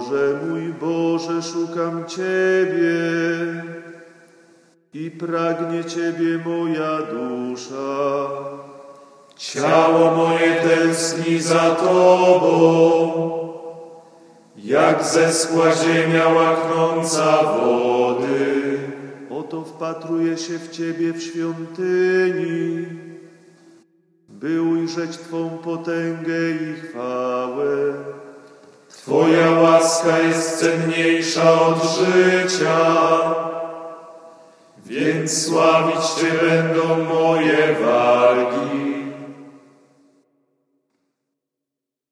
mój Boże, szukam Ciebie i pragnie Ciebie moja dusza. Ciało moje tęskni za Tobą, jak zeschła ziemia łaknąca wody. Oto wpatruję się w Ciebie w świątyni, by ujrzeć Twą potęgę i chwałę. Twoja łaska jest cenniejsza od życia, więc sławić Cię będą moje wargi.